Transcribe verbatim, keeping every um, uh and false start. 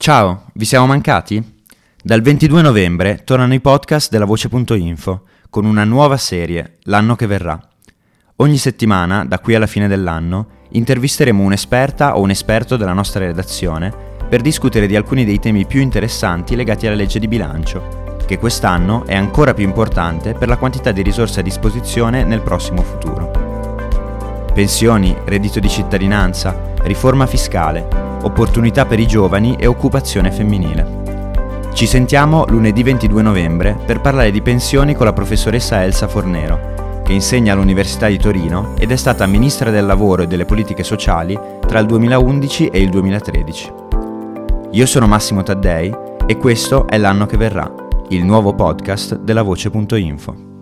Ciao, vi siamo mancati? Dal ventidue novembre tornano i podcast della Voce punto info con una nuova serie, L'anno che verrà. Ogni settimana, da qui alla fine dell'anno, intervisteremo un'esperta o un esperto della nostra redazione per discutere di alcuni dei temi più interessanti legati alla legge di bilancio, che quest'anno è ancora più importante per la quantità di risorse a disposizione nel prossimo futuro. Pensioni, reddito di cittadinanza, riforma fiscale, opportunità per i giovani e occupazione femminile. Ci sentiamo lunedì ventidue novembre per parlare di pensioni con la professoressa Elsa Fornero, che insegna all'Università di Torino ed è stata Ministra del Lavoro e delle Politiche Sociali tra il duemilaundici e il duemilatredici. Io sono Massimo Taddei e questo è L'anno che verrà, il nuovo podcast della Voce punto info.